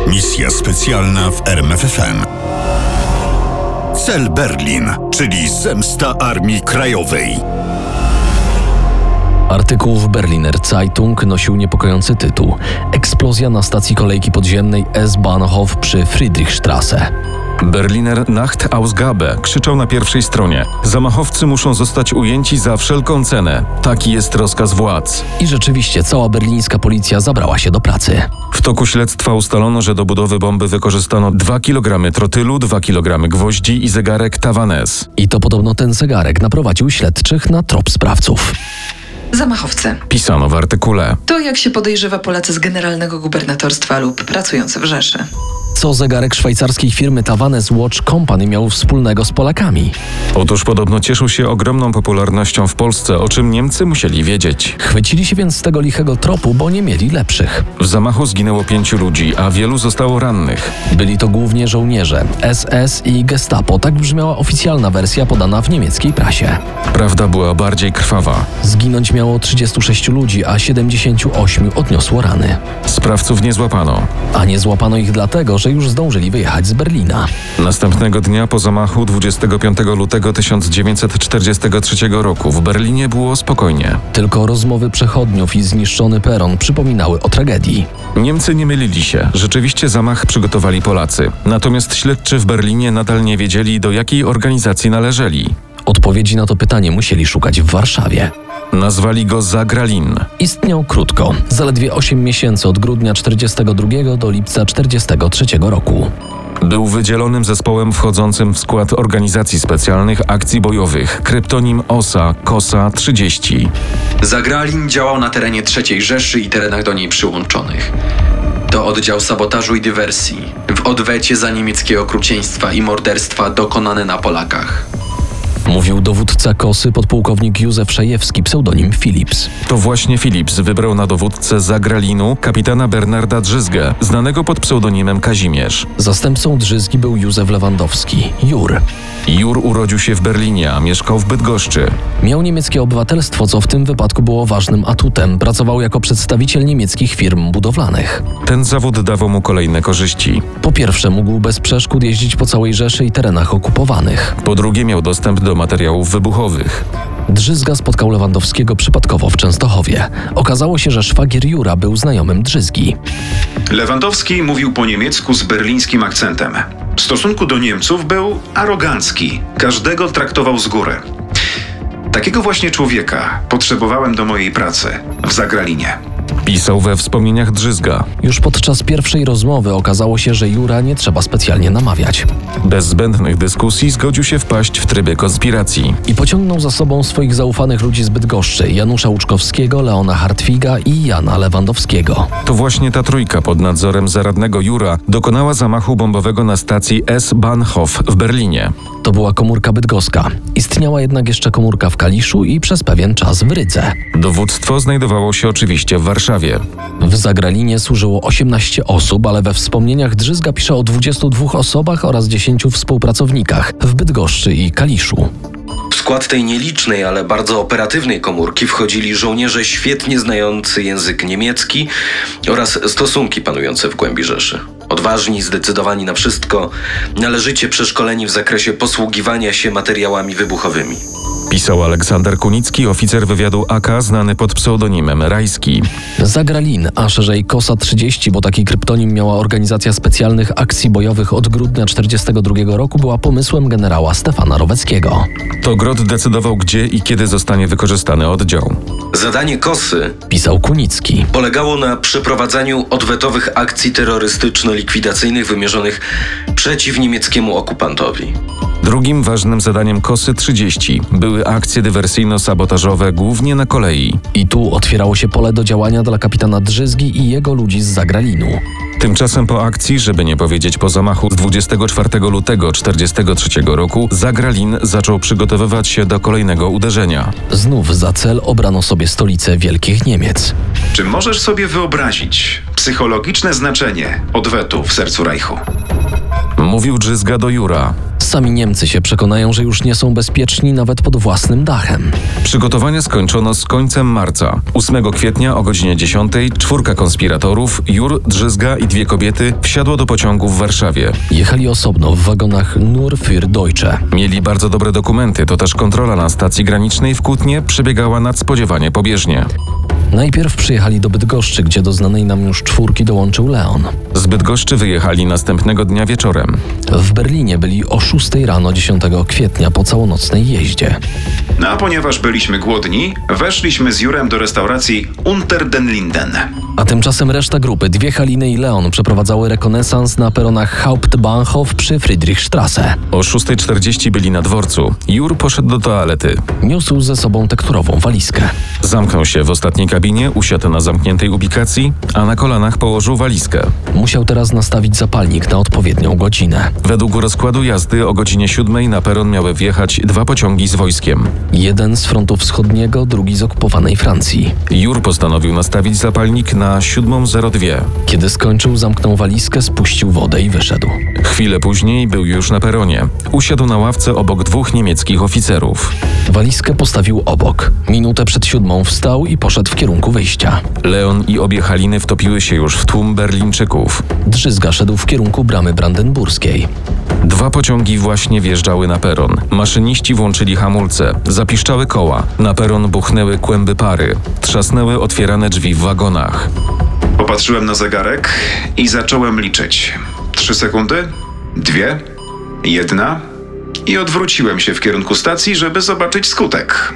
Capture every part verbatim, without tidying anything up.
Misja specjalna w R M F F M. Cel Berlin, czyli zemsta Armii Krajowej. Artykuł w Berliner Zeitung nosił niepokojący tytuł: Eksplozja na stacji kolejki podziemnej S-Bahnhof przy Friedrichstraße. Berliner Nachtausgabe krzyczał na pierwszej stronie: zamachowcy muszą zostać ujęci za wszelką cenę. Taki jest rozkaz władz. I rzeczywiście cała berlińska policja zabrała się do pracy. W toku śledztwa ustalono, że do budowy bomby wykorzystano dwa kilogramy trotylu, dwa kilogramy gwoździ i zegarek Tavanes. I to podobno ten zegarek naprowadził śledczych na trop sprawców. Zamachowcy. Pisano w artykule. To, jak się podejrzewa, Polacy z generalnego gubernatorstwa lub pracujący w Rzeszy. Co zegarek szwajcarskiej firmy Tavanes Watch Company miał wspólnego z Polakami? Otóż podobno cieszył się ogromną popularnością w Polsce, o czym Niemcy musieli wiedzieć. Chwycili się więc z tego lichego tropu, bo nie mieli lepszych. W zamachu zginęło pięciu ludzi, a wielu zostało rannych. Byli to głównie żołnierze S S i Gestapo. Tak brzmiała oficjalna wersja podana w niemieckiej prasie. Prawda była bardziej krwawa. Zginąć miało trzydziestu sześciu ludzi, a siedemdziesięciu ośmiu odniosło rany. Sprawców nie złapano. A nie złapano ich dlatego, że już zdążyli wyjechać z Berlina. Następnego dnia po zamachu dwudziestego piątego lutego tysiąc dziewięćset czterdziestego trzeciego roku w Berlinie było spokojnie. Tylko rozmowy przechodniów i zniszczony peron przypominały o tragedii. Niemcy nie mylili się. Rzeczywiście zamach przygotowali Polacy. Natomiast śledczy w Berlinie nadal nie wiedzieli, do jakiej organizacji należeli. Odpowiedzi na to pytanie musieli szukać w Warszawie. Nazwali go Zagralin. Istniał krótko, zaledwie osiem miesięcy od grudnia czterdziestego drugiego do lipca czterdziestego trzeciego roku. Był wydzielonym zespołem wchodzącym w skład Organizacji Specjalnych Akcji Bojowych, kryptonim O S A KOSA trzydzieści. Zagralin działał na terenie trzeciej Rzeszy i terenach do niej przyłączonych. To oddział sabotażu i dywersji, w odwecie za niemieckie okrucieństwa i morderstwa dokonane na Polakach. Mówił dowódca KOSY podpułkownik Józef Szajewski, pseudonim Philips. To właśnie Philips wybrał na dowódcę Zagralinu kapitana Bernarda Drzyzgę, znanego pod pseudonimem Kazimierz. Zastępcą Drzyzgi był Józef Lewandowski, Jur. Jur urodził się w Berlinie, a mieszkał w Bydgoszczy. Miał niemieckie obywatelstwo, co w tym wypadku było ważnym atutem. Pracował jako przedstawiciel niemieckich firm budowlanych. Ten zawód dawał mu kolejne korzyści. Po pierwsze, mógł bez przeszkód jeździć po całej Rzeszy i terenach okupowanych. Po drugie, miał dostęp do materiałów wybuchowych. Drzyzga spotkał Lewandowskiego przypadkowo w Częstochowie. Okazało się, że szwagier Jura był znajomym Drzyzgi. Lewandowski mówił po niemiecku z berlińskim akcentem. W stosunku do Niemców był arogancki. Każdego traktował z góry. Takiego właśnie człowieka potrzebowałem do mojej pracy w Zagralinie. Pisał we wspomnieniach Drzyzga. Już podczas pierwszej rozmowy okazało się, że Jura nie trzeba specjalnie namawiać. Bez zbędnych dyskusji zgodził się wpaść w tryby konspiracji. I pociągnął za sobą swoich zaufanych ludzi z Bydgoszczy: Janusza Łuczkowskiego, Leona Hartwiga i Jana Lewandowskiego. To właśnie ta trójka pod nadzorem zaradnego Jura dokonała zamachu bombowego na stacji S-Bahnhof w Berlinie. To była komórka bydgoska. Istniała jednak jeszcze komórka w Kaliszu i przez pewien czas w Rydze. Dowództwo znajdowało się oczywiście w Warszawie. W Zagralinie służyło osiemnaście osób, ale we wspomnieniach Drzyzga pisze o dwudziestu dwóch osobach oraz dziesięciu współpracownikach w Bydgoszczy i Kaliszu. W skład tej nielicznej, ale bardzo operatywnej komórki wchodzili żołnierze świetnie znający język niemiecki oraz stosunki panujące w głębi Rzeszy. Odważni, zdecydowani na wszystko, należycie przeszkoleni w zakresie posługiwania się materiałami wybuchowymi. Pisał Aleksander Kunicki, oficer wywiadu A K znany pod pseudonimem Rajski. Zagralin, a szerzej KOSA trzydzieści, bo taki kryptonim miała Organizacja Specjalnych Akcji Bojowych od grudnia czterdziestego drugiego roku, była pomysłem generała Stefana Roweckiego. To Grot decydował, gdzie i kiedy zostanie wykorzystany oddział. Zadanie KOSY, pisał Kunicki, polegało na przeprowadzaniu odwetowych akcji terrorystyczno-likwidacyjnych wymierzonych przeciw niemieckiemu okupantowi. Drugim ważnym zadaniem KOSY trzydzieści były akcje dywersyjno-sabotażowe, głównie na kolei. I tu otwierało się pole do działania dla kapitana Drzyzgi i jego ludzi z Zagralinu. Tymczasem po akcji, żeby nie powiedzieć po zamachu z dwudziestego czwartego lutego czterdziestego trzeciego roku, Zagralin zaczął przygotowywać się do kolejnego uderzenia. Znów za cel obrano sobie stolicę Wielkich Niemiec. Czy możesz sobie wyobrazić psychologiczne znaczenie odwetu w sercu Reichu? Mówił Drzyzga do Jura. Sami Niemcy się przekonają, że już nie są bezpieczni nawet pod własnym dachem. Przygotowania skończono z końcem marca. ósmego kwietnia o godzinie dziesiątej czwórka konspiratorów, Jur, Drzyzga i dwie kobiety wsiadło do pociągu w Warszawie. Jechali osobno w wagonach Nur für Deutsche. Mieli bardzo dobre dokumenty, to też kontrola na stacji granicznej w Kutnie przebiegała nadspodziewanie pobieżnie. Najpierw przyjechali do Bydgoszczy, gdzie do znanej nam już czwórki dołączył Leon. Z Bydgoszczy wyjechali następnego dnia wieczorem. W Berlinie byli o szóstej rano dziesiątego kwietnia po całonocnej jeździe. No a ponieważ byliśmy głodni, weszliśmy z Jurem do restauracji Unter den Linden. A tymczasem reszta grupy, dwie Haliny i Leon, przeprowadzały rekonesans na peronach Hauptbahnhof przy Friedrichstrasse. O szóstej czterdzieści byli na dworcu. Jur poszedł do toalety. Niósł ze sobą tekturową walizkę. Zamknął się w ostatniej kabinie, usiadł na zamkniętej ubikacji, a na kolanach położył walizkę. Musiał teraz nastawić zapalnik na odpowiednią godzinę. Według rozkładu jazdy o godzinie siódmej na peron miały wjechać dwa pociągi z wojskiem. Jeden z frontu wschodniego, drugi z okupowanej Francji. Jur postanowił nastawić zapalnik na siódmą zero dwa. Kiedy skończył, zamknął walizkę, spuścił wodę i wyszedł. Chwilę później był już na peronie. Usiadł na ławce obok dwóch niemieckich oficerów. Walizkę postawił obok. Minutę przed siódmą wstał i poszedł w kierunku wyjścia. Leon i obie Haliny wtopiły się już w tłum Berlińczyków. Drzyzga szedł w kierunku bramy brandenburskiej. Dwa pociągi właśnie wjeżdżały na peron. Maszyniści włączyli hamulce. Zapiszczały koła. Na peron buchnęły kłęby pary. Trzasnęły otwierane drzwi w wagonach. Popatrzyłem na zegarek i zacząłem liczyć. Trzy sekundy, dwie, jedna i odwróciłem się w kierunku stacji, żeby zobaczyć skutek.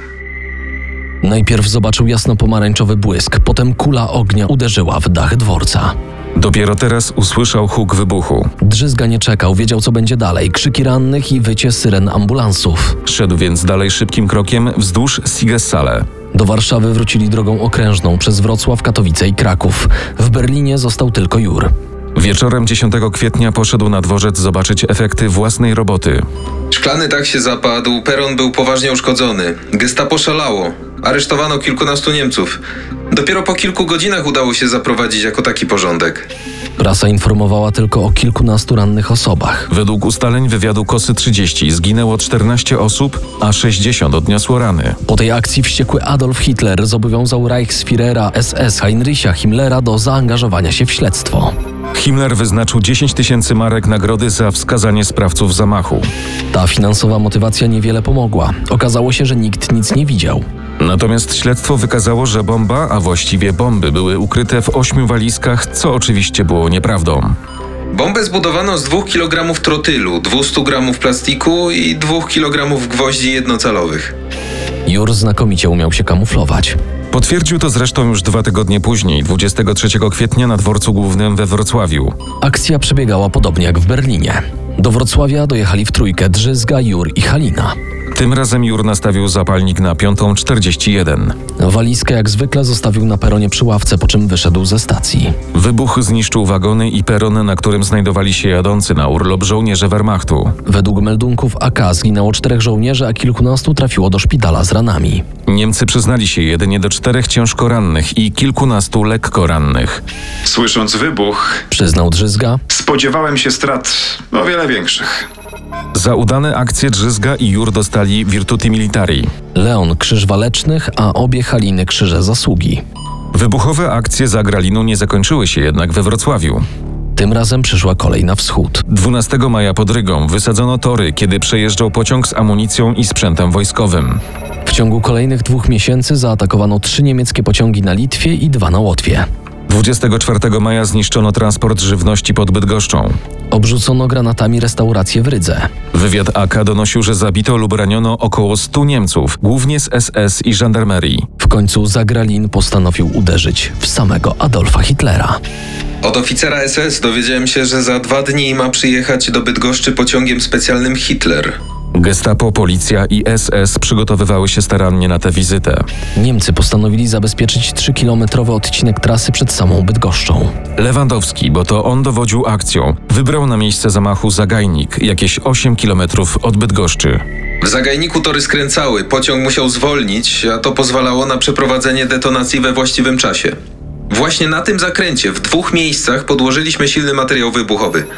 Najpierw zobaczył jasno-pomarańczowy błysk, potem kula ognia uderzyła w dach dworca. Dopiero teraz usłyszał huk wybuchu. Drzyzga nie czekał, wiedział co będzie dalej. Krzyki rannych i wycie syren ambulansów. Szedł więc dalej szybkim krokiem wzdłuż Siegessäle. Do Warszawy wrócili drogą okrężną przez Wrocław, Katowice i Kraków. W Berlinie został tylko Jur. Wieczorem dziesiątego kwietnia poszedł na dworzec zobaczyć efekty własnej roboty. Szklany dach się zapadł, peron był poważnie uszkodzony. Gestapo szalało. Aresztowano kilkunastu Niemców. Dopiero po kilku godzinach udało się zaprowadzić jako taki porządek. Prasa informowała tylko o kilkunastu rannych osobach. Według ustaleń wywiadu Kosy trzydzieści zginęło czternaście osób, a sześćdziesiąt odniosło rany. Po tej akcji wściekły Adolf Hitler zobowiązał Reichsführera S S Heinricha Himmlera do zaangażowania się w śledztwo. Himmler wyznaczył dziesięć tysięcy marek nagrody za wskazanie sprawców zamachu. Ta finansowa motywacja niewiele pomogła. Okazało się, że nikt nic nie widział. Natomiast śledztwo wykazało, że bomba, a właściwie bomby, były ukryte w ośmiu walizkach, co oczywiście było nieprawdą. Bombę zbudowano z dwóch kilogramów trotylu, dwustu gramów plastiku i dwóch kilogramów gwoździ jednocalowych. Jur znakomicie umiał się kamuflować. Potwierdził to zresztą już dwa tygodnie później, dwudziestego trzeciego kwietnia na dworcu głównym we Wrocławiu. Akcja przebiegała podobnie jak w Berlinie. Do Wrocławia dojechali w trójkę Drzyzga, Jur i Halina. Tym razem Jur nastawił zapalnik na piątą czterdzieści jeden. Walizkę jak zwykle zostawił na peronie przy ławce, po czym wyszedł ze stacji. Wybuch zniszczył wagony i peron, na którym znajdowali się jadący na urlop żołnierze Wehrmachtu. Według meldunków A K zginęło czterech żołnierzy, a kilkunastu trafiło do szpitala z ranami. Niemcy przyznali się jedynie do czterech ciężko rannych i kilkunastu lekko rannych. Słysząc wybuch, Przyznał Drzyzga. spodziewałem się strat o wiele większych. Za udane akcje Drzyzga i Jur dostali Virtuti Militari. Leon krzyż walecznych, a obie Haliny krzyże zasługi. Wybuchowe akcje za Gralinu nie zakończyły się jednak we Wrocławiu. Tym razem przyszła kolej na wschód. dwunastego maja pod Rygą wysadzono tory, kiedy przejeżdżał pociąg z amunicją i sprzętem wojskowym. W ciągu kolejnych dwóch miesięcy zaatakowano trzy niemieckie pociągi na Litwie i dwa na Łotwie. dwudziestego czwartego maja zniszczono transport żywności pod Bydgoszczą. Obrzucono granatami restaurację w Rydze. Wywiad A K donosił, że zabito lub raniono około stu Niemców, głównie z S S i żandarmerii. W końcu Zagralin postanowił uderzyć w samego Adolfa Hitlera. Od oficera S S dowiedziałem się, że za dwa dni ma przyjechać do Bydgoszczy pociągiem specjalnym Hitler. Gestapo, policja i S S przygotowywały się starannie na tę wizytę. Niemcy postanowili zabezpieczyć trzykilometrowy odcinek trasy przed samą Bydgoszczą. Lewandowski, bo to on dowodził akcją, wybrał na miejsce zamachu Zagajnik, jakieś osiem kilometrów od Bydgoszczy. W Zagajniku tory skręcały, pociąg musiał zwolnić, a to pozwalało na przeprowadzenie detonacji we właściwym czasie. Właśnie na tym zakręcie w dwóch miejscach podłożyliśmy silny materiał wybuchowy.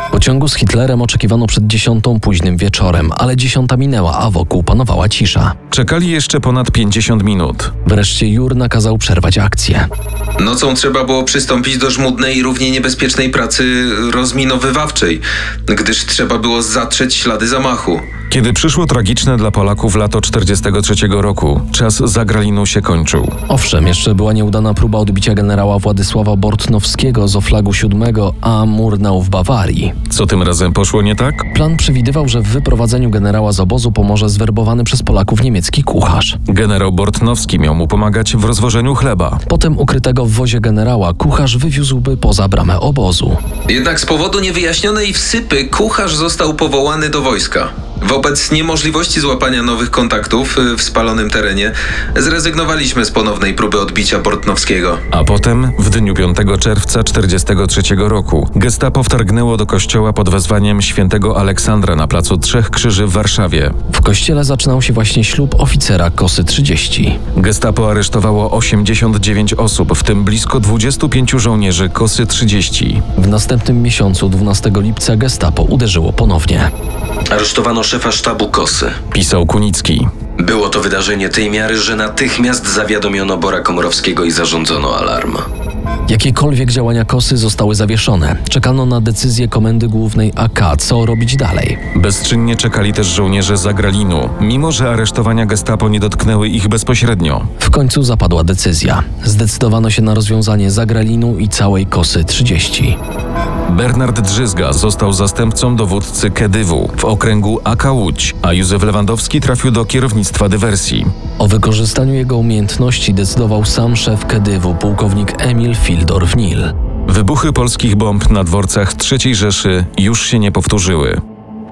Pociągu z Hitlerem oczekiwano przed dziesiątą późnym wieczorem, ale dziesiąta minęła, a wokół panowała cisza. Czekali jeszcze ponad pięćdziesiąt minut. Wreszcie Jur nakazał przerwać akcję. Nocą trzeba było przystąpić do żmudnej i równie niebezpiecznej pracy rozminowywawczej, gdyż trzeba było zatrzeć ślady zamachu. Kiedy przyszło tragiczne dla Polaków lato czterdziestego trzeciego roku, czas za Gralinu się kończył. Owszem, jeszcze była nieudana próba odbicia generała Władysława Bortnowskiego z Oflagu siódmego, a Murnau w Bawarii. Co tym razem poszło nie tak? Plan przewidywał, że w wyprowadzeniu generała z obozu pomoże zwerbowany przez Polaków niemiecki kucharz. Generał Bortnowski miał mu pomagać w rozwożeniu chleba. Potem ukrytego w wozie generała kucharz wywiózłby poza bramę obozu. Jednak z powodu niewyjaśnionej wsypy kucharz został powołany do wojska. Wobec niemożliwości złapania nowych kontaktów w spalonym terenie zrezygnowaliśmy z ponownej próby odbicia Bortnowskiego. A potem, w dniu piątego czerwca czterdziestego trzeciego roku, gestapo wtargnęło do kościoła pod wezwaniem świętego Aleksandra na placu Trzech Krzyży w Warszawie. W kościele zaczynał się właśnie ślub oficera Kosy trzydzieści. Gestapo aresztowało osiemdziesiąt dziewięć osób, w tym blisko dwudziestu pięciu żołnierzy Kosy trzydzieści. W następnym miesiącu, dwunastego lipca, gestapo uderzyło ponownie. Aresztowano szefa sztabu Kosy. Pisał Kunicki. Było to wydarzenie tej miary, że natychmiast zawiadomiono Bora Komorowskiego i zarządzono alarm. Jakiekolwiek działania Kosy zostały zawieszone. Czekano na decyzję Komendy Głównej A K, co robić dalej. Bezczynnie czekali też żołnierze za Gralinu, mimo że aresztowania gestapo nie dotknęły ich bezpośrednio. W końcu zapadła decyzja. Zdecydowano się na rozwiązanie Zagralinu i całej Kosy trzydzieści. Bernard Drzyzga został zastępcą dowódcy Kedywu w okręgu A K Łódź, a Józef Lewandowski trafił do kierownictwa dywersji. O wykorzystaniu jego umiejętności decydował sam szef Kedywu, pułkownik Emil Fildorf-Nil. Wybuchy polskich bomb na dworcach trzeciej Rzeszy już się nie powtórzyły.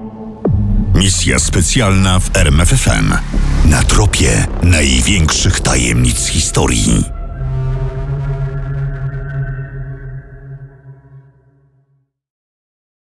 Misja specjalna w R M F F M. Na tropie największych tajemnic historii.